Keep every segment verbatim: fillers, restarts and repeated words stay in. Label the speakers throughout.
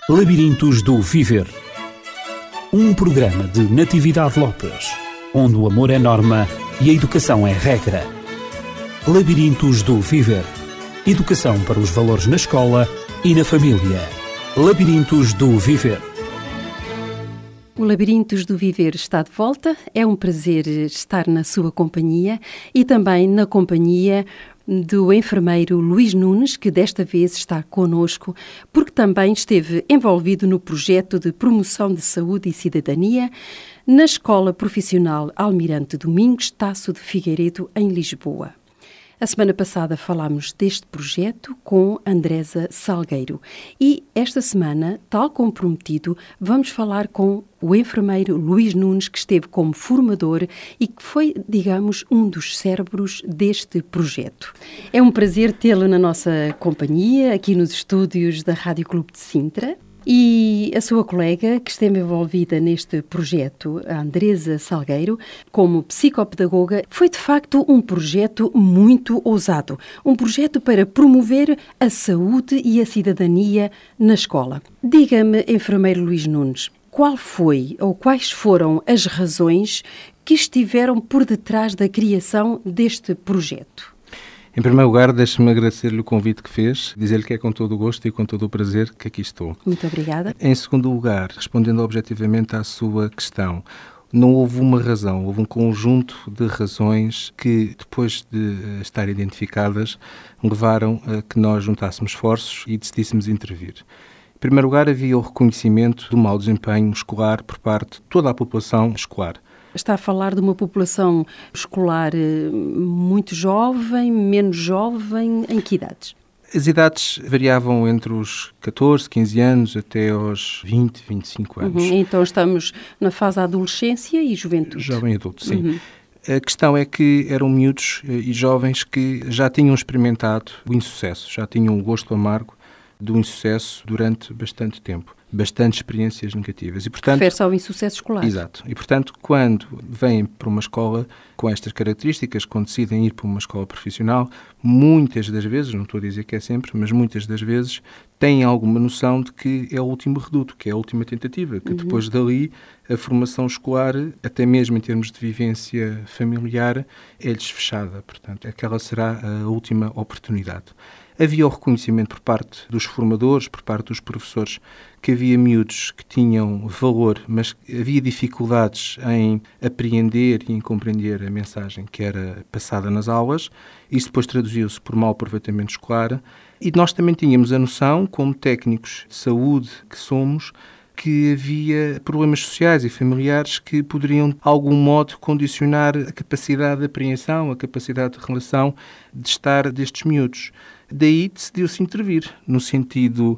Speaker 1: Labirintos do Viver. Um programa de Natividade Lopes, onde o amor é norma e a educação é regra. Labirintos do Viver. Educação para os valores na escola e na família. Labirintos do Viver.
Speaker 2: O Labirintos do Viver está de volta. É um prazer estar na sua companhia e também na companhia do enfermeiro Luís Nunes, que desta vez está connosco, porque também esteve envolvido no projeto de promoção de saúde e cidadania na Escola Profissional Almirante Domingos Tasso de Figueiredo, em Lisboa. A semana passada falámos deste projeto com Andresa Salgueiro e esta semana, tal como prometido, vamos falar com o enfermeiro Luís Nunes, que esteve como formador e que foi, digamos, um dos cérebros deste projeto. É um prazer tê-lo na nossa companhia, aqui nos estúdios da Rádio Clube de Sintra. E a sua colega, que esteve envolvida neste projeto, a Andresa Salgueiro, como psicopedagoga, foi de facto um projeto muito ousado. Um projeto para promover a saúde e a cidadania na escola. Diga-me, enfermeiro Luís Nunes, qual foi ou quais foram as razões que estiveram por detrás da criação deste projeto?
Speaker 3: Em primeiro lugar, deixe-me agradecer-lhe o convite que fez, dizer-lhe que é com todo o gosto e com todo o prazer que aqui estou.
Speaker 2: Muito obrigada.
Speaker 3: Em segundo lugar, respondendo objetivamente à sua questão, não houve uma razão, houve um conjunto de razões que, depois de estar identificadas, levaram a que nós juntássemos esforços e decidíssemos intervir. Em primeiro lugar, havia o reconhecimento do mau desempenho escolar por parte de toda a população escolar.
Speaker 2: Está a falar de uma população escolar muito jovem, menos jovem, em que idades?
Speaker 3: As idades variavam entre os catorze, quinze anos até aos vinte, vinte e cinco anos.
Speaker 2: Uhum, então estamos na fase da adolescência e juventude.
Speaker 3: Jovem adulto, sim.
Speaker 2: Uhum.
Speaker 3: A questão é que eram miúdos e jovens que já tinham experimentado o insucesso, já tinham o gosto amargo do insucesso durante bastante tempo. Bastantes experiências negativas. E, portanto,
Speaker 2: refere-se ao insucesso escolar.
Speaker 3: Exato. E, portanto, quando vêm para uma escola com estas características, quando decidem ir para uma escola profissional, muitas das vezes, não estou a dizer que é sempre, mas muitas das vezes, têm alguma noção de que é o último reduto, que é a última tentativa, que
Speaker 2: uhum.
Speaker 3: depois dali a formação escolar, até mesmo em termos de vivência familiar, é-lhes fechada. Portanto, aquela será a última oportunidade. Havia o reconhecimento por parte dos formadores, por parte dos professores, que havia miúdos que tinham valor, mas havia dificuldades em apreender e em compreender a mensagem que era passada nas aulas. Isso depois traduziu-se por mau aproveitamento escolar. E nós também tínhamos a noção, como técnicos de saúde que somos, que havia problemas sociais e familiares que poderiam, de algum modo, condicionar a capacidade de apreensão, a capacidade de relação de estar destes miúdos. Daí decidiu-se intervir, no sentido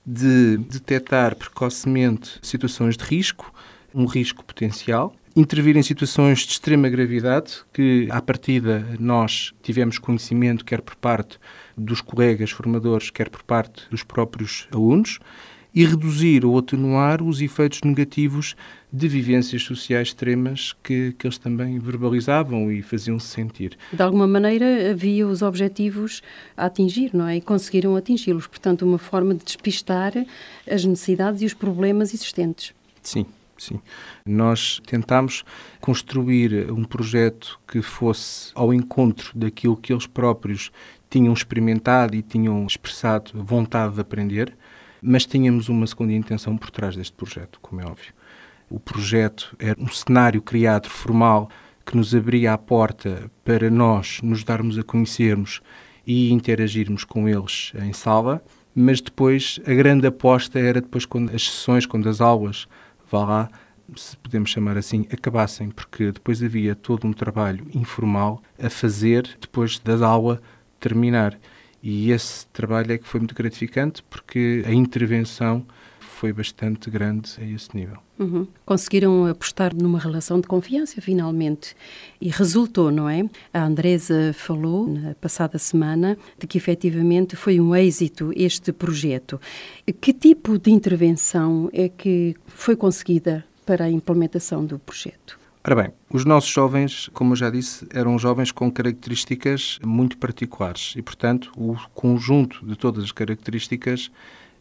Speaker 3: de detectar precocemente situações de risco, um risco potencial, intervir em situações de extrema gravidade, que, à partida, nós tivemos conhecimento, quer por parte dos colegas formadores, quer por parte dos próprios alunos, e reduzir ou atenuar os efeitos negativos de vivências sociais extremas que, que eles também verbalizavam e faziam-se sentir.
Speaker 2: De alguma maneira havia os objetivos a atingir, não é? E conseguiram atingi-los. Portanto, uma forma de despistar as necessidades e os problemas existentes.
Speaker 3: Sim, sim. Nós tentámos construir um projeto que fosse ao encontro daquilo que eles próprios tinham experimentado e tinham expressado vontade de aprender, mas tínhamos uma segunda intenção por trás deste projeto, como é óbvio. O projeto era um cenário criado formal que nos abria a porta para nós nos darmos a conhecermos e interagirmos com eles em sala, mas depois a grande aposta era depois quando as sessões, quando as aulas, vá lá, se podemos chamar assim, acabassem, porque depois havia todo um trabalho informal a fazer depois da aula terminar. E esse trabalho é que foi muito gratificante porque a intervenção foi bastante grande a esse nível.
Speaker 2: Uhum. Conseguiram apostar numa relação de confiança, finalmente, e resultou, não é? A Andresa falou, na passada semana, de que efetivamente foi um êxito este projeto. Que tipo de intervenção é que foi conseguida para a implementação do projeto?
Speaker 3: Ora bem, os nossos jovens, como eu já disse, eram jovens com características muito particulares e, portanto, o conjunto de todas as características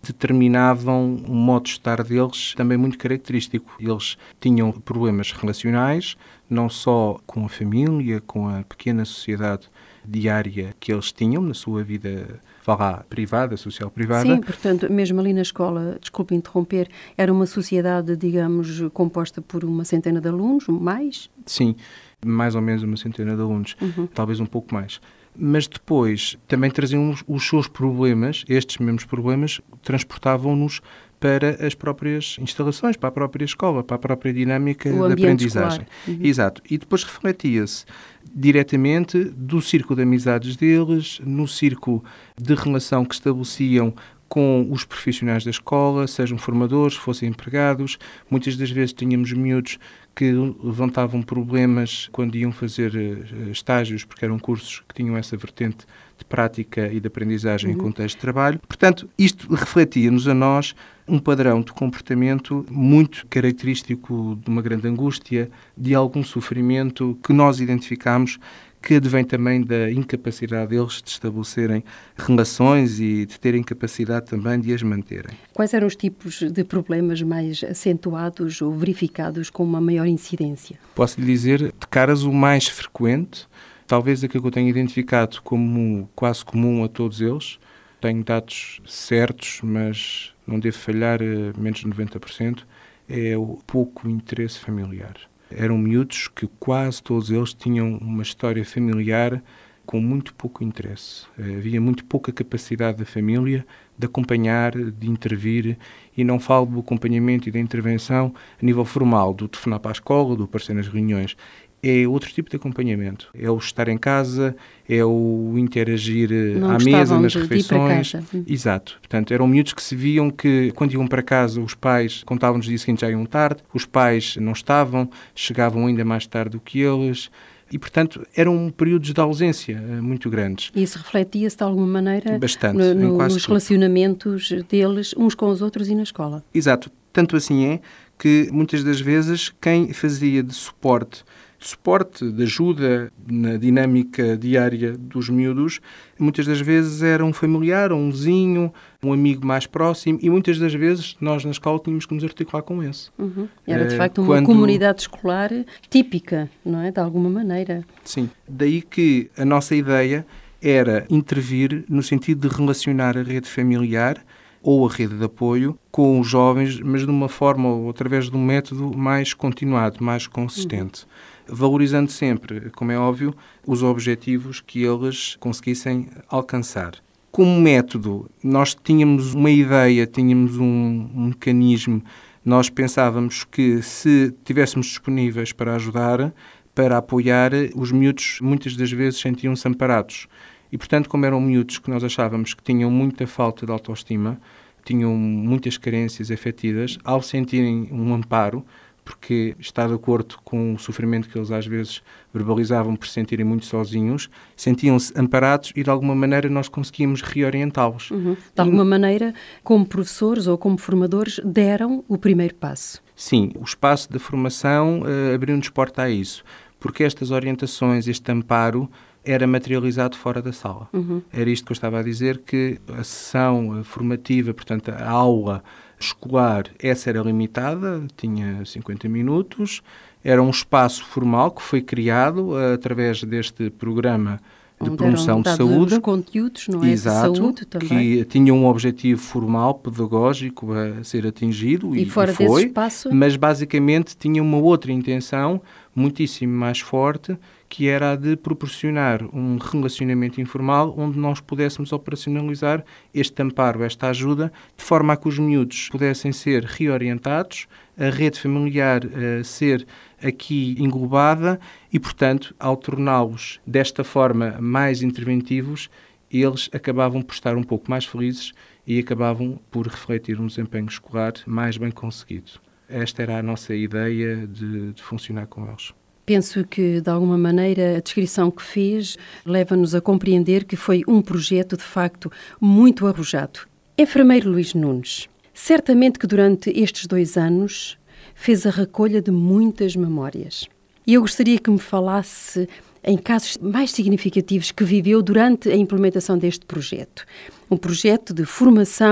Speaker 3: determinavam um modo de estar deles também muito característico. Eles tinham problemas relacionais, não só com a família, com a pequena sociedade diária que eles tinham na sua vida, vá lá, privada, social privada.
Speaker 2: Sim, portanto, mesmo ali na escola, desculpe interromper, era uma sociedade, digamos, composta por uma centena de alunos, mais?
Speaker 3: Sim, mais ou menos uma centena de alunos, uhum. talvez um pouco mais. Mas depois também traziam os, os seus problemas, estes mesmos problemas, transportavam-nos para as próprias instalações, para a própria escola, para a própria dinâmica da aprendizagem. Uhum. Exato. E depois refletia-se diretamente do círculo de amizades deles, no círculo de relação que estabeleciam com os profissionais da escola, sejam formadores, fossem empregados. Muitas das vezes tínhamos miúdos que levantavam problemas quando iam fazer uh, estágios, porque eram cursos que tinham essa vertente de prática e de aprendizagem uhum. em contexto de trabalho. Portanto, isto refletia-nos a nós um padrão de comportamento muito característico de uma grande angústia, de algum sofrimento que nós identificámos, que advém também da incapacidade deles de estabelecerem relações e de terem capacidade também de as manterem.
Speaker 2: Quais eram os tipos de problemas mais acentuados ou verificados com uma maior incidência?
Speaker 3: Posso lhe dizer, de caras, o mais frequente, talvez aquilo que eu tenho identificado como quase comum a todos eles, tenho dados certos, mas não devo falhar menos de noventa por cento, é o pouco interesse familiar. Eram miúdos que quase todos eles tinham uma história familiar com muito pouco interesse. Havia muito pouca capacidade da família de acompanhar, de intervir, e não falo do acompanhamento e da intervenção a nível formal, do telefonar para a escola, do aparecer nas reuniões. É outro tipo de acompanhamento. É o estar em casa, é o interagir
Speaker 2: não
Speaker 3: à mesa, nas
Speaker 2: de
Speaker 3: refeições.
Speaker 2: Ir para casa.
Speaker 3: Exato. Portanto, eram miúdos que se viam que, quando iam para casa, os pais contavam-nos disso que já iam tarde, os pais não estavam, chegavam ainda mais tarde do que eles. E, portanto, eram períodos de ausência muito grandes.
Speaker 2: E isso refletia-se, de alguma maneira,
Speaker 3: Bastante,
Speaker 2: no, no,
Speaker 3: em quase
Speaker 2: nos
Speaker 3: tudo.
Speaker 2: Relacionamentos deles uns com os outros e na escola.
Speaker 3: Exato. Tanto assim é que, muitas das vezes, quem fazia de suporte de suporte, de ajuda na dinâmica diária dos miúdos, muitas das vezes era um familiar, um vizinho, um amigo mais próximo, e muitas das vezes nós na escola tínhamos que nos articular com esse.
Speaker 2: Uhum. Era de facto uma
Speaker 3: Quando...
Speaker 2: comunidade escolar típica, não é? De alguma maneira.
Speaker 3: Sim. Daí que a nossa ideia era intervir no sentido de relacionar a rede familiar ou a rede de apoio com os jovens, mas de uma forma ou através de um método mais continuado, mais consistente. Uhum. Valorizando sempre, como é óbvio, os objetivos que eles conseguissem alcançar. Como método, nós tínhamos uma ideia, tínhamos um, um mecanismo, nós pensávamos que se estivéssemos disponíveis para ajudar, para apoiar, os miúdos muitas das vezes sentiam-se amparados. E, portanto, como eram miúdos que nós achávamos que tinham muita falta de autoestima, tinham muitas carências afetivas, ao sentirem um amparo, porque está de acordo com o sofrimento que eles às vezes verbalizavam por se sentirem muito sozinhos, sentiam-se amparados e de alguma maneira nós conseguíamos reorientá-los.
Speaker 2: Uhum. De alguma e... maneira, como professores ou como formadores, deram o primeiro passo.
Speaker 3: Sim, o espaço da formação uh, abriu-nos porta a isso, porque estas orientações, este amparo, era materializado fora da sala. Uhum. Era isto que eu estava a dizer, que a sessão formativa, portanto a aula escolar, essa era limitada, tinha cinquenta minutos, era um espaço formal que foi criado uh, através deste programa de
Speaker 2: onde
Speaker 3: promoção de saúde.
Speaker 2: Os conteúdos, não é?
Speaker 3: Exato,
Speaker 2: de saúde também.
Speaker 3: Que tinha um objetivo formal, pedagógico a ser atingido,
Speaker 2: e,
Speaker 3: e
Speaker 2: fora
Speaker 3: e foi,
Speaker 2: desse espaço...
Speaker 3: mas basicamente tinha uma outra intenção muitíssimo mais forte, que era a de proporcionar um relacionamento informal onde nós pudéssemos operacionalizar este amparo, esta ajuda, de forma a que os miúdos pudessem ser reorientados, a rede familiar uh, ser aqui englobada e, portanto, ao torná-los desta forma mais interventivos, eles acabavam por estar um pouco mais felizes e acabavam por refletir um desempenho escolar mais bem conseguido. Esta era a nossa ideia de, de funcionar com eles.
Speaker 2: Penso que, de alguma maneira, a descrição que fez leva-nos a compreender que foi um projeto, de facto, muito arrojado. Enfermeiro Luís Nunes, certamente que durante estes dois anos fez a recolha de muitas memórias. E eu gostaria que me falasse em casos mais significativos que viveu durante a implementação deste projeto. Um projeto de formação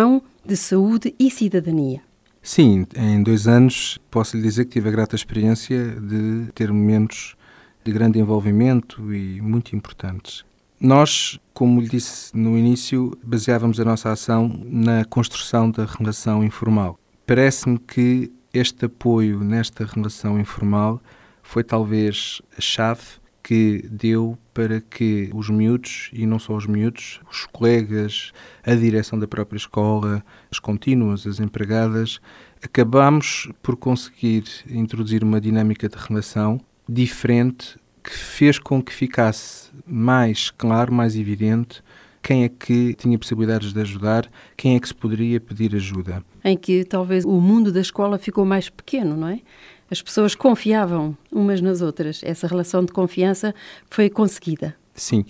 Speaker 2: de Saúde e Cidadania.
Speaker 3: Sim, em dois anos posso lhe dizer que tive a grata experiência de ter momentos de grande envolvimento e muito importantes. Nós, como lhe disse no início, baseávamos a nossa ação na construção da relação informal. Parece-me que este apoio nesta relação informal foi talvez a chave que deu para que os miúdos, e não só os miúdos, os colegas, a direção da própria escola, as contínuas, as empregadas, acabamos por conseguir introduzir uma dinâmica de relação diferente que fez com que ficasse mais claro, mais evidente quem é que tinha possibilidades de ajudar, quem é que se poderia pedir ajuda.
Speaker 2: Em que talvez o mundo da escola ficou mais pequeno, não é? As pessoas confiavam umas nas outras. Essa relação de confiança foi conseguida.
Speaker 3: Sim.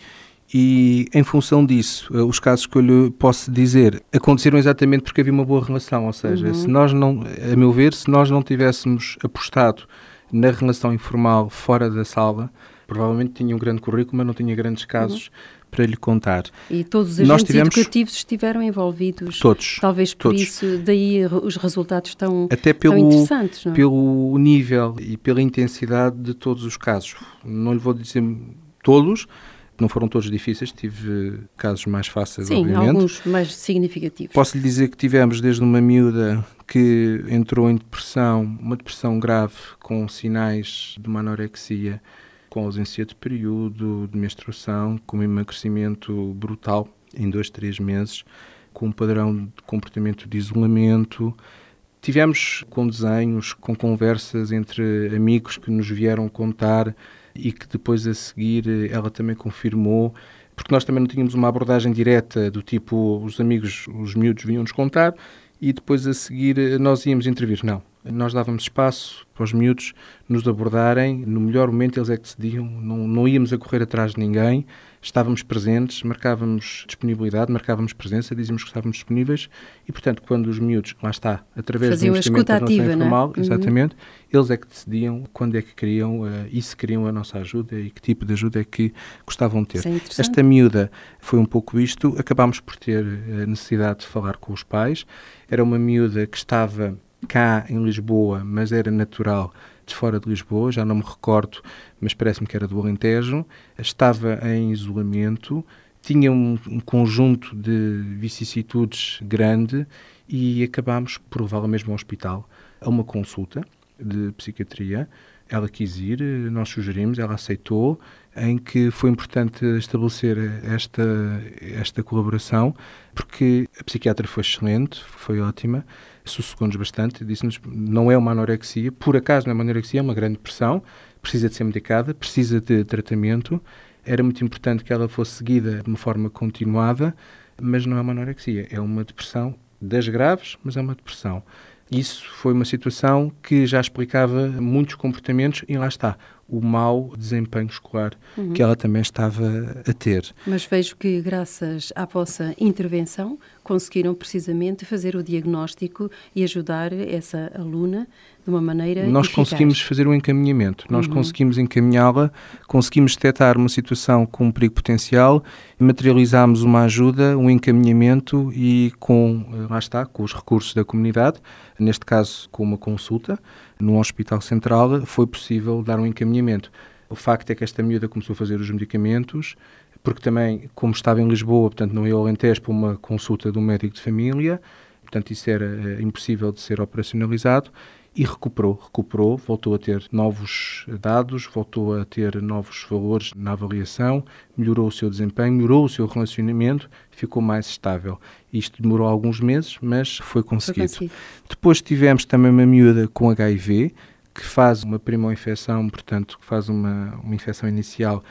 Speaker 3: E, em função disso, os casos que eu lhe posso dizer aconteceram exatamente porque havia uma boa relação. Ou seja, uhum. se nós não, a meu ver, se nós não tivéssemos apostado na relação informal fora da sala, provavelmente tinha um grande currículo, mas não tinha grandes casos uhum. para lhe contar.
Speaker 2: E todos os agentes tivemos... educativos estiveram envolvidos.
Speaker 3: Todos.
Speaker 2: Talvez por
Speaker 3: todos.
Speaker 2: isso, daí os resultados estão,
Speaker 3: Até pelo,
Speaker 2: tão interessantes. Não?
Speaker 3: Pelo nível e pela intensidade de todos os casos. Não lhe vou dizer todos, não foram todos difíceis, tive casos mais fáceis,
Speaker 2: Sim,
Speaker 3: obviamente.
Speaker 2: Sim, alguns mais significativos.
Speaker 3: Posso lhe dizer que tivemos desde uma miúda que entrou em depressão, uma depressão grave, com sinais de uma anorexia, com ausência de período, de menstruação, com um emagrecimento brutal em dois, três meses, com um padrão de comportamento de isolamento. Tivemos com desenhos, com conversas entre amigos que nos vieram contar e que depois a seguir ela também confirmou, porque nós também não tínhamos uma abordagem direta do tipo os amigos, os miúdos vinham-nos contar e depois a seguir nós íamos intervir. Não. Nós dávamos espaço para os miúdos nos abordarem, no melhor momento eles é que decidiam, não, não íamos a correr atrás de ninguém, estávamos presentes, marcávamos disponibilidade, marcávamos presença, dizíamos que estávamos disponíveis e, portanto, quando os miúdos, lá está, através
Speaker 2: faziam
Speaker 3: do investimento da relação
Speaker 2: ativa,
Speaker 3: informal,
Speaker 2: não é?
Speaker 3: exatamente,
Speaker 2: uhum.
Speaker 3: eles é que decidiam quando é que queriam uh, e se queriam a nossa ajuda e que tipo de ajuda é que gostavam de ter.
Speaker 2: É
Speaker 3: Esta miúda foi um pouco isto, acabámos por ter a necessidade de falar com os pais, era uma miúda que estava cá em Lisboa, mas era natural de fora de Lisboa, já não me recordo, mas parece-me que era do Alentejo, estava em isolamento, tinha um, um conjunto de vicissitudes grande e acabámos por levá-la mesmo ao hospital, a uma consulta de psiquiatria. Ela quis ir, nós sugerimos, ela aceitou, em que foi importante estabelecer esta, esta colaboração, porque a psiquiatra foi excelente, foi ótima, sossegou-nos bastante, disse-nos não é uma anorexia, por acaso não é uma anorexia, é uma grande depressão, precisa de ser medicada, precisa de tratamento, era muito importante que ela fosse seguida de uma forma continuada, mas não é uma anorexia, é uma depressão das graves, mas é uma depressão. Isso foi uma situação que já explicava muitos comportamentos e lá está, o mau desempenho escolar uhum. que ela também estava a ter.
Speaker 2: Mas vejo que graças à vossa intervenção conseguiram precisamente fazer o diagnóstico e ajudar essa aluna de uma maneira
Speaker 3: Nós
Speaker 2: eficaz.
Speaker 3: Conseguimos fazer um encaminhamento, nós
Speaker 2: uhum.
Speaker 3: conseguimos encaminhá-la, conseguimos detectar uma situação com um perigo potencial, materializámos uma ajuda, um encaminhamento e com, lá está, com os recursos da comunidade, neste caso com uma consulta, num hospital central, foi possível dar um encaminhamento. O facto é que esta miúda começou a fazer os medicamentos, porque também, como estava em Lisboa, portanto não ia ao Alentejo para uma consulta de um médico de família, portanto isso era é, impossível de ser operacionalizado, e recuperou, recuperou, voltou a ter novos dados, voltou a ter novos valores na avaliação, melhorou o seu desempenho, melhorou o seu relacionamento, ficou mais estável. Isto demorou alguns meses, mas foi conseguido. Foi conseguido. Depois tivemos também uma miúda com H I V, que faz uma primo-infecção, portanto, que faz uma, uma infecção inicial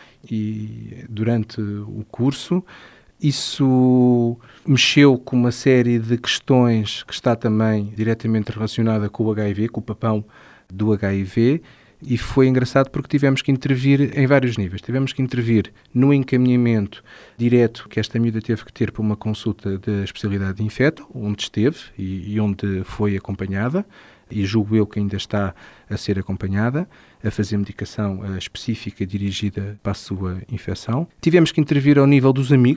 Speaker 3: e durante o curso. Isso mexeu com uma série de questões que está também diretamente relacionada com o H I V, com o papão do H I V, e foi engraçado porque tivemos que intervir em vários níveis. Tivemos que intervir no encaminhamento direto que esta miúda teve que ter para uma consulta da especialidade de infeto, onde esteve e, e onde foi acompanhada, e julgo eu que ainda está a ser acompanhada, a fazer medicação uh, específica dirigida para a sua infecção. Tivemos que intervir ao nível dos amigos,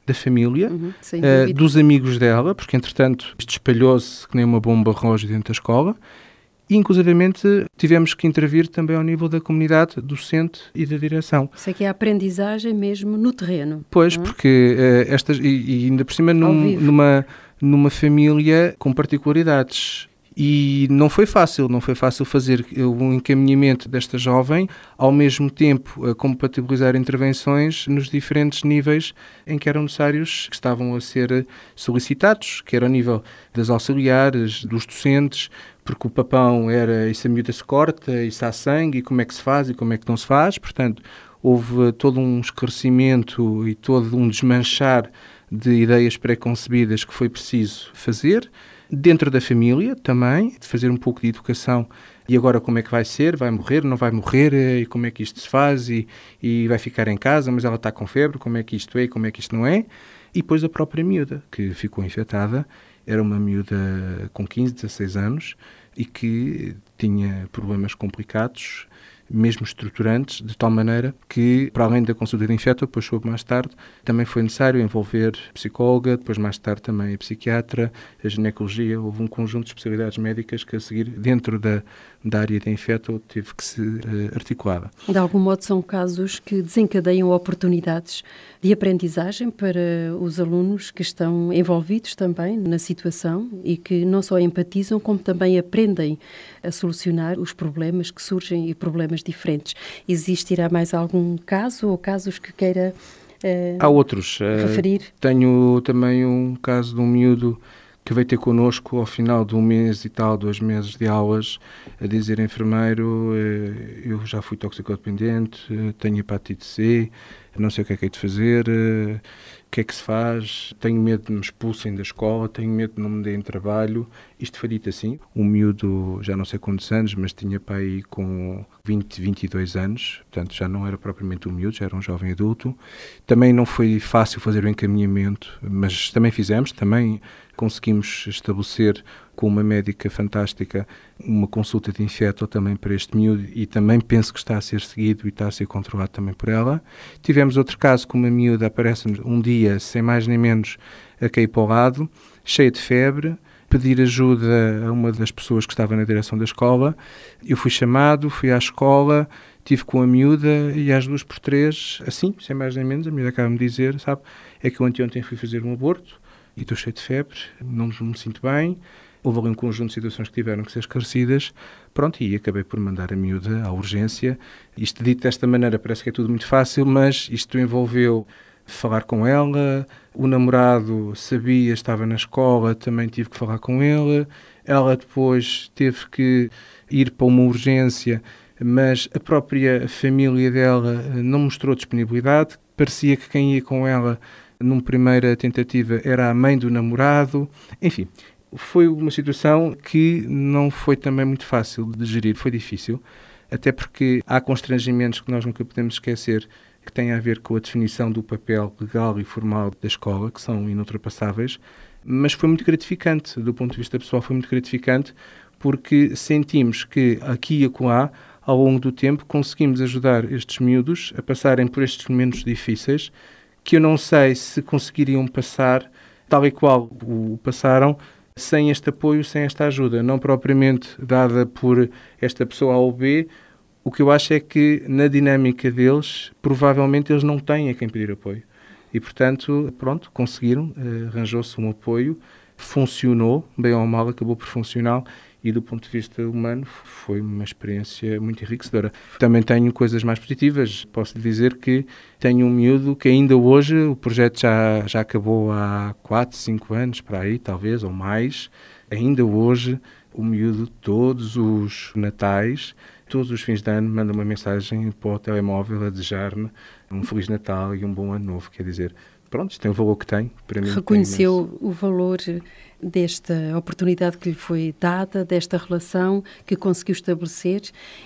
Speaker 3: da família,
Speaker 2: Uhum,
Speaker 3: uh, dos amigos dela, porque entretanto isto espalhou-se que nem uma bomba roja dentro da escola, e inclusivamente tivemos que intervir também ao nível da comunidade docente e da direção.
Speaker 2: Isso aqui é a aprendizagem mesmo no terreno.
Speaker 3: Pois,
Speaker 2: não é?
Speaker 3: porque uh, estas, e, e ainda por cima num, numa, numa família com particularidades. E não foi fácil, não foi fácil fazer o encaminhamento desta jovem, ao mesmo tempo a compatibilizar intervenções nos diferentes níveis em que eram necessários, que estavam a ser solicitados, que era ao nível das auxiliares, dos docentes, porque o papão era isso a miúda se corta, isso há sangue, e como é que se faz e como é que não se faz. Portanto, houve todo um esclarecimento e todo um desmanchar de ideias pré-concebidas que foi preciso fazer. Dentro da família também, de fazer um pouco de educação. E agora como é que vai ser? Vai morrer? Não vai morrer? E como é que isto se faz? E, e vai ficar em casa, mas ela está com febre? Como é que isto é e como é que isto não é? E depois a própria miúda, que ficou infectada. Era uma miúda com quinze, dezasseis anos e que tinha problemas complicados, mesmo estruturantes, de tal maneira que, para além da consulta de infecto, depois soube mais tarde, também foi necessário envolver psicóloga, depois mais tarde também a psiquiatra, a ginecologia. Houve um conjunto de especialidades médicas que a seguir, dentro da, da área de infecto, teve que ser uh, articulada.
Speaker 2: De algum modo são casos que desencadeiam oportunidades de aprendizagem para os alunos que estão envolvidos também na situação e que não só empatizam, como também aprendem a solucionar os problemas que surgem e problemas diferentes. Existirá mais algum caso ou casos que queira uh,
Speaker 3: Há outros.
Speaker 2: referir?
Speaker 3: Uh, tenho também um caso de um miúdo que veio ter connosco ao final de um mês e tal, dois meses de aulas, a dizer: enfermeiro, uh, eu já fui toxicodependente, uh, tenho hepatite C, não sei o que é que hei de fazer, uh, o que é que se faz, tenho medo de me expulsem da escola, tenho medo de não me deem trabalho. Isto foi dito assim. Um miúdo, já não sei quantos anos, mas tinha pai com vinte, vinte e dois anos, portanto já não era propriamente um miúdo, já era um jovem adulto. Também não foi fácil fazer o encaminhamento, mas também fizemos, também conseguimos estabelecer com uma médica fantástica uma consulta de infecto também para este miúdo, e também penso que está a ser seguido e está a ser controlado também por ela. Tivemos outro caso com uma miúda, aparece-nos um dia, sem mais nem menos, a cair para o lado, cheia de febre, pedir ajuda a uma das pessoas que estava na direção da escola. Eu fui chamado, fui à escola, estive com a miúda e às duas por três, assim, sem mais nem menos, a miúda acaba-me de dizer, sabe, é que eu anteontem fui fazer um aborto e estou cheio de febre, não me sinto bem. Houve ali um conjunto de situações que tiveram que ser esclarecidas. Pronto, e acabei por mandar a miúda à urgência. Isto dito desta maneira parece que é tudo muito fácil, mas isto envolveu falar com ela, o namorado sabia, estava na escola, também tive que falar com ele, ela depois teve que ir para uma urgência, mas a própria família dela não mostrou disponibilidade, parecia que quem ia com ela numa primeira tentativa era a mãe do namorado, enfim. Foi uma situação que não foi também muito fácil de gerir, foi difícil, até porque há constrangimentos que nós nunca podemos esquecer, que têm a ver com a definição do papel legal e formal da escola, que são inultrapassáveis, mas foi muito gratificante, do ponto de vista pessoal foi muito gratificante, porque sentimos que aqui e acolá, ao longo do tempo, conseguimos ajudar estes miúdos a passarem por estes momentos difíceis, que eu não sei se conseguiriam passar, tal e qual o passaram, sem este apoio, sem esta ajuda, não propriamente dada por esta pessoa A ou B. O que eu acho é que, na dinâmica deles, provavelmente eles não têm a quem pedir apoio. E, portanto, pronto, conseguiram, arranjou-se um apoio, funcionou, bem ou mal, acabou por funcionar, e do ponto de vista humano foi uma experiência muito enriquecedora. Também tenho coisas mais positivas. Posso lhe dizer que tenho um miúdo que ainda hoje, o projeto já, já acabou há quatro, cinco anos, para aí, talvez, ou mais. Ainda hoje, o miúdo, todos os natais, todos os fins de ano, manda uma mensagem para o telemóvel a desejar-me um Feliz Natal e um bom Ano Novo. Quer dizer, pronto, isto tem o valor que tem, para mim.
Speaker 2: Reconheceu o valor desta oportunidade que lhe foi dada, desta relação que conseguiu estabelecer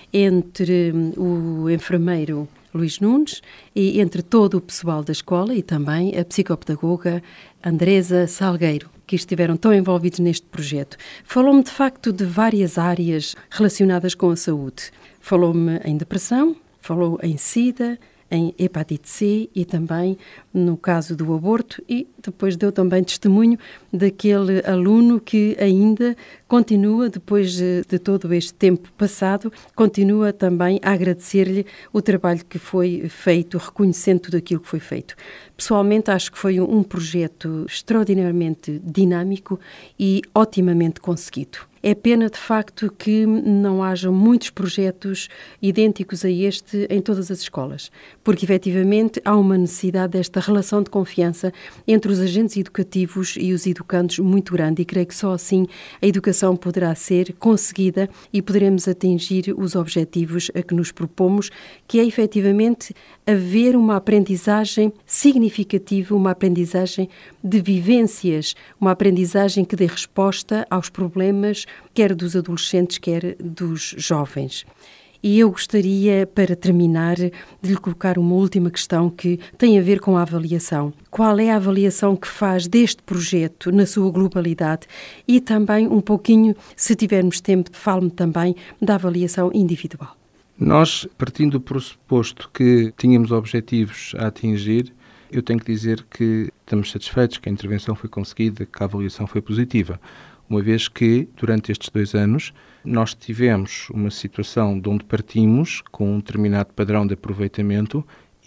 Speaker 2: entre o enfermeiro Luís Nunes e entre todo o pessoal da escola e também a psicopedagoga Andresa Salgueiro, que estiveram tão envolvidos neste projeto. Falou-me, de facto, de várias áreas relacionadas com a saúde. Falou-me em depressão, falou em SIDA, em hepatite C e também no caso do aborto, e depois deu também testemunho daquele aluno que ainda continua, depois de, de todo este tempo passado, continua também a agradecer-lhe o trabalho que foi feito, reconhecendo tudo aquilo que foi feito. Pessoalmente, acho que foi um, um projeto extraordinariamente dinâmico e otimamente conseguido. É pena, de facto, que não haja muitos projetos idênticos a este em todas as escolas, porque, efetivamente, há uma necessidade desta relação de confiança entre os agentes educativos e os educandos muito grande, e creio que só assim a educação poderá ser conseguida e poderemos atingir os objetivos a que nos propomos, que é, efetivamente, haver uma aprendizagem significativa, uma aprendizagem de vivências, uma aprendizagem que dê resposta aos problemas, quer dos adolescentes, quer dos jovens. E eu gostaria, para terminar, de lhe colocar uma última questão que tem a ver com a avaliação. Qual é a avaliação que faz deste projeto na sua globalidade? E também um pouquinho, se tivermos tempo, fale-me também da avaliação individual.
Speaker 3: Nós, partindo do pressuposto que tínhamos objetivos a atingir, eu tenho que dizer que estamos satisfeitos que a intervenção foi conseguida, que a avaliação foi positiva. Uma vez que, durante estes dois anos, nós tivemos uma situação de onde partimos com um determinado padrão de aproveitamento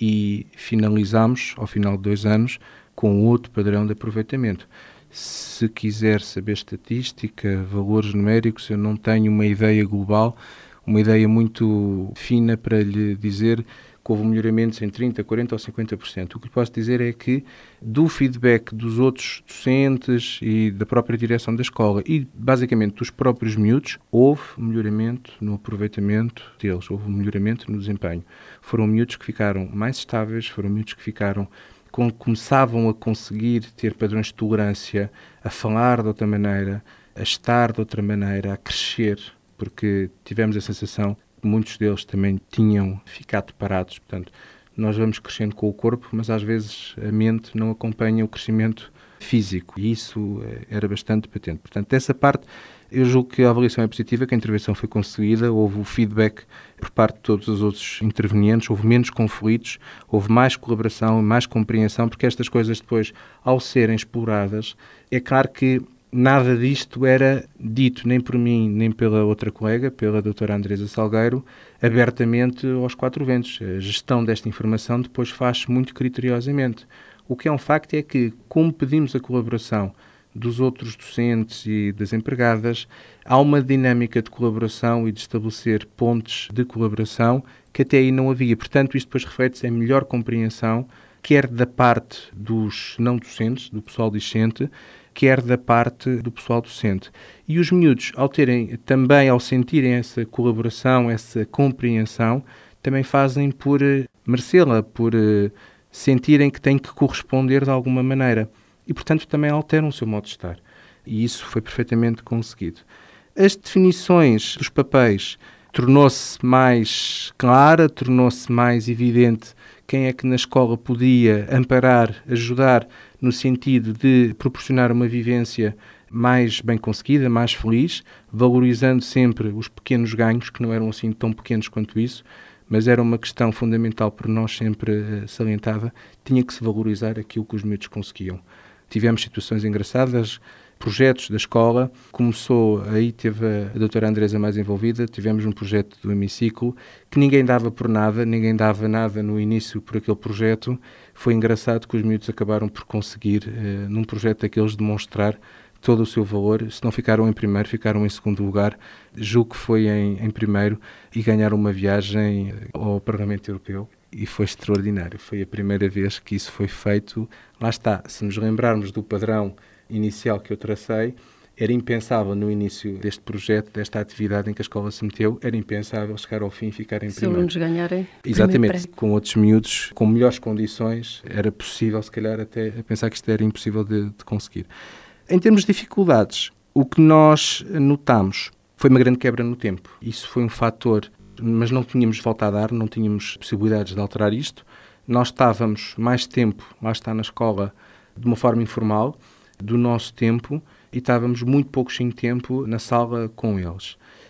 Speaker 3: e finalizamos, ao final de dois anos, com outro padrão de aproveitamento. Se quiser saber estatística, valores numéricos, eu não tenho uma ideia global, uma ideia muito fina para lhe dizer que houve melhoramentos em trinta por cento, quarenta por cento ou cinquenta por cento. O que lhe posso dizer é que, do feedback dos outros docentes e da própria direção da escola e, basicamente, dos próprios miúdos, houve melhoramento no aproveitamento deles, houve melhoramento no desempenho. Foram miúdos que ficaram mais estáveis, foram miúdos que ficaram, começavam a conseguir ter padrões de tolerância, a falar de outra maneira, a estar de outra maneira, a crescer, porque tivemos a sensação muitos deles também tinham ficado parados. Portanto, nós vamos crescendo com o corpo, mas às vezes a mente não acompanha o crescimento físico, e isso era bastante patente. Portanto, dessa parte, eu julgo que a avaliação é positiva, que a intervenção foi conseguida, houve o feedback por parte de todos os outros intervenientes, houve menos conflitos, houve mais colaboração, mais compreensão, porque estas coisas depois, ao serem exploradas, é claro que nada disto era dito, nem por mim, nem pela outra colega, pela doutora Andresa Salgueiro, abertamente aos quatro ventos. A gestão desta informação depois faz-se muito criteriosamente. O que é um facto é que, como pedimos a colaboração dos outros docentes e das empregadas, há uma dinâmica de colaboração e de estabelecer pontes de colaboração que até aí não havia. Portanto, isto depois reflete-se em melhor compreensão, quer da parte dos não docentes, do pessoal discente, quer da parte do pessoal docente. E os miúdos, ao terem, também ao sentirem essa colaboração, essa compreensão, também fazem por merecê-la, por uh, sentirem que têm que corresponder de alguma maneira. E, portanto, também alteram o seu modo de estar. E isso foi perfeitamente conseguido. As definições dos papéis tornou-se mais clara, tornou-se mais evidente quem é que na escola podia amparar, ajudar, no sentido de proporcionar uma vivência mais bem conseguida, mais feliz, valorizando sempre os pequenos ganhos, que não eram assim tão pequenos quanto isso, mas era uma questão fundamental por nós sempre uh, salientada, tinha que se valorizar aquilo que os miúdos conseguiam. Tivemos situações engraçadas, projetos da escola, começou, aí teve a, a doutora Andresa mais envolvida, tivemos um projeto do hemiciclo, que ninguém dava por nada, ninguém dava nada no início por aquele projeto. Foi engraçado que os miúdos acabaram por conseguir, eh, num projeto daqueles, demonstrar todo o seu valor. Se não ficaram em primeiro, ficaram em segundo lugar, julgo que foi em, em primeiro, e ganharam uma viagem ao Parlamento Europeu. E foi extraordinário, foi a primeira vez que isso foi feito. Lá está, se nos lembrarmos do padrão inicial que eu tracei, era impensável no início deste projeto, desta atividade em que a escola se meteu, era impensável chegar ao fim e ficar em
Speaker 2: se
Speaker 3: primeiro.
Speaker 2: Se alunos ganharem
Speaker 3: Exatamente, com outros miúdos, com melhores condições, era possível, se calhar, até a pensar que isto era impossível de, de conseguir. Em termos de dificuldades, o que nós notamos foi uma grande quebra no tempo. Isso foi um fator, mas não tínhamos volta a dar, não tínhamos possibilidades de alterar isto. Nós estávamos mais tempo, lá está na escola, de uma forma informal, do nosso tempo, e estávamos muito pouco sem tempo na sala com eles.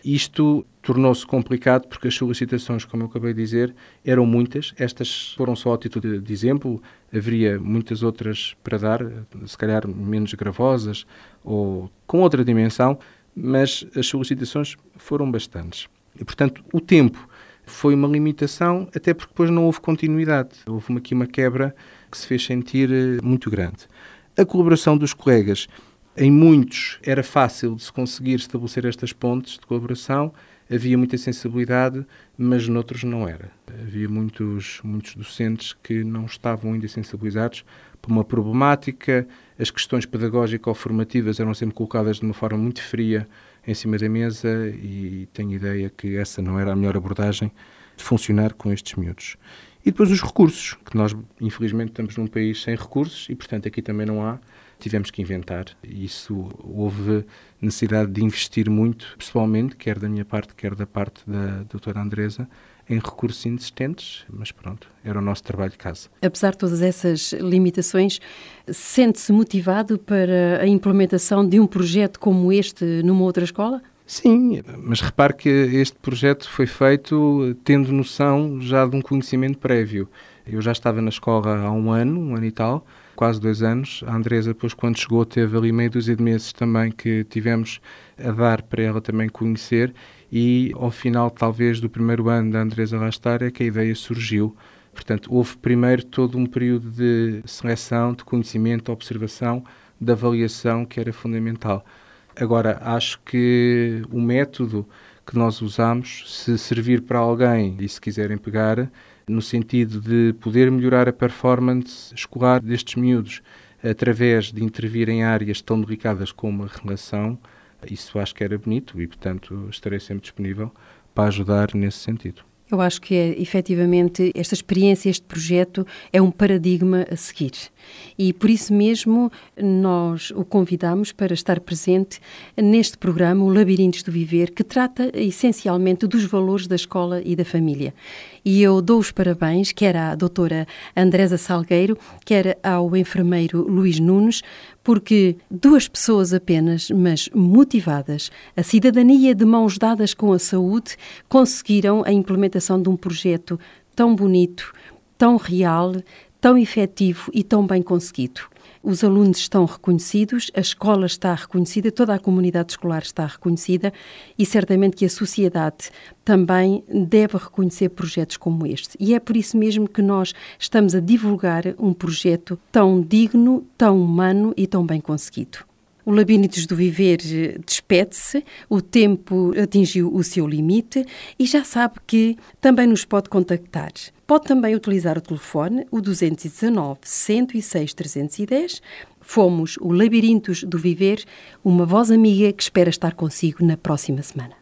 Speaker 3: Isto tornou-se complicado porque as solicitações, como eu acabei de dizer, eram muitas. Estas foram só a título de exemplo, haveria muitas outras para dar, se calhar menos gravosas ou com outra dimensão, mas as solicitações foram bastantes. E, portanto, o tempo foi uma limitação, até porque depois não houve continuidade. Houve aqui uma quebra que se fez sentir muito grande. A colaboração dos colegas, em muitos era fácil de se conseguir estabelecer estas pontes de colaboração, havia muita sensibilidade, mas noutros não era. Havia muitos, muitos docentes que não estavam ainda sensibilizados por uma problemática, as questões pedagógicas ou formativas eram sempre colocadas de uma forma muito fria em cima da mesa e tenho ideia que essa não era a melhor abordagem de funcionar com estes miúdos. E depois os recursos, que nós infelizmente estamos num país sem recursos e portanto aqui também não há, tivemos que inventar. E isso houve necessidade de investir muito, pessoalmente, quer da minha parte, quer da parte da doutora Andresa, em recursos inexistentes, mas pronto, era o nosso trabalho de casa.
Speaker 2: Apesar de todas essas limitações, sente-se motivado para a implementação de um projeto como este numa outra escola?
Speaker 3: Sim, mas repare que este projeto foi feito tendo noção já de um conhecimento prévio. Eu já estava na escola há um ano, um ano e tal, quase dois anos. A Andresa, depois, quando chegou, teve ali meia dúzia de meses também que tivemos a dar para ela também conhecer e, ao final, talvez, do primeiro ano da Andresa lá estar, é que a ideia surgiu. Portanto, houve primeiro todo um período de seleção, de conhecimento, de observação, de avaliação, que era fundamental. Agora, acho que o método que nós usamos, se servir para alguém e se quiserem pegar, no sentido de poder melhorar a performance escolar destes miúdos através de intervir em áreas tão delicadas como a relação, isso acho que era bonito e, portanto, estarei sempre disponível para ajudar nesse sentido.
Speaker 2: Eu acho que, é, efetivamente, esta experiência, este projeto, é um paradigma a seguir. E, por isso mesmo, nós o convidamos para estar presente neste programa, o Labirintos do Viver, que trata, essencialmente, dos valores da escola e da família. E eu dou os parabéns, quer à doutora Andresa Salgueiro, quer ao enfermeiro Luís Nunes, porque duas pessoas apenas, mas motivadas, a cidadania de mãos dadas com a saúde, conseguiram a implementação de um projeto tão bonito, tão real, tão efetivo e tão bem conseguido. Os alunos estão reconhecidos, a escola está reconhecida, toda a comunidade escolar está reconhecida e certamente que a sociedade também deve reconhecer projetos como este. E é por isso mesmo que nós estamos a divulgar um projeto tão digno, tão humano e tão bem conseguido. O Labirintos do Viver despede-se, o tempo atingiu o seu limite e já sabe que também nos pode contactar. Pode também utilizar o telefone, o dois um nove, cento e seis, trezentos e dez. Fomos o Labirintos do Viver, uma voz amiga que espera estar consigo na próxima semana.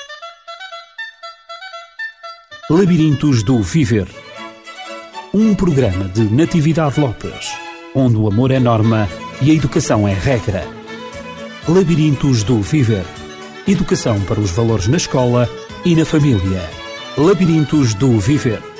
Speaker 1: Labirintos do Viver. Um programa de Natividade Lopes, onde o amor é norma e a educação é regra. Labirintos do Viver. Educação para os valores na escola e na família. Labirintos do Viver.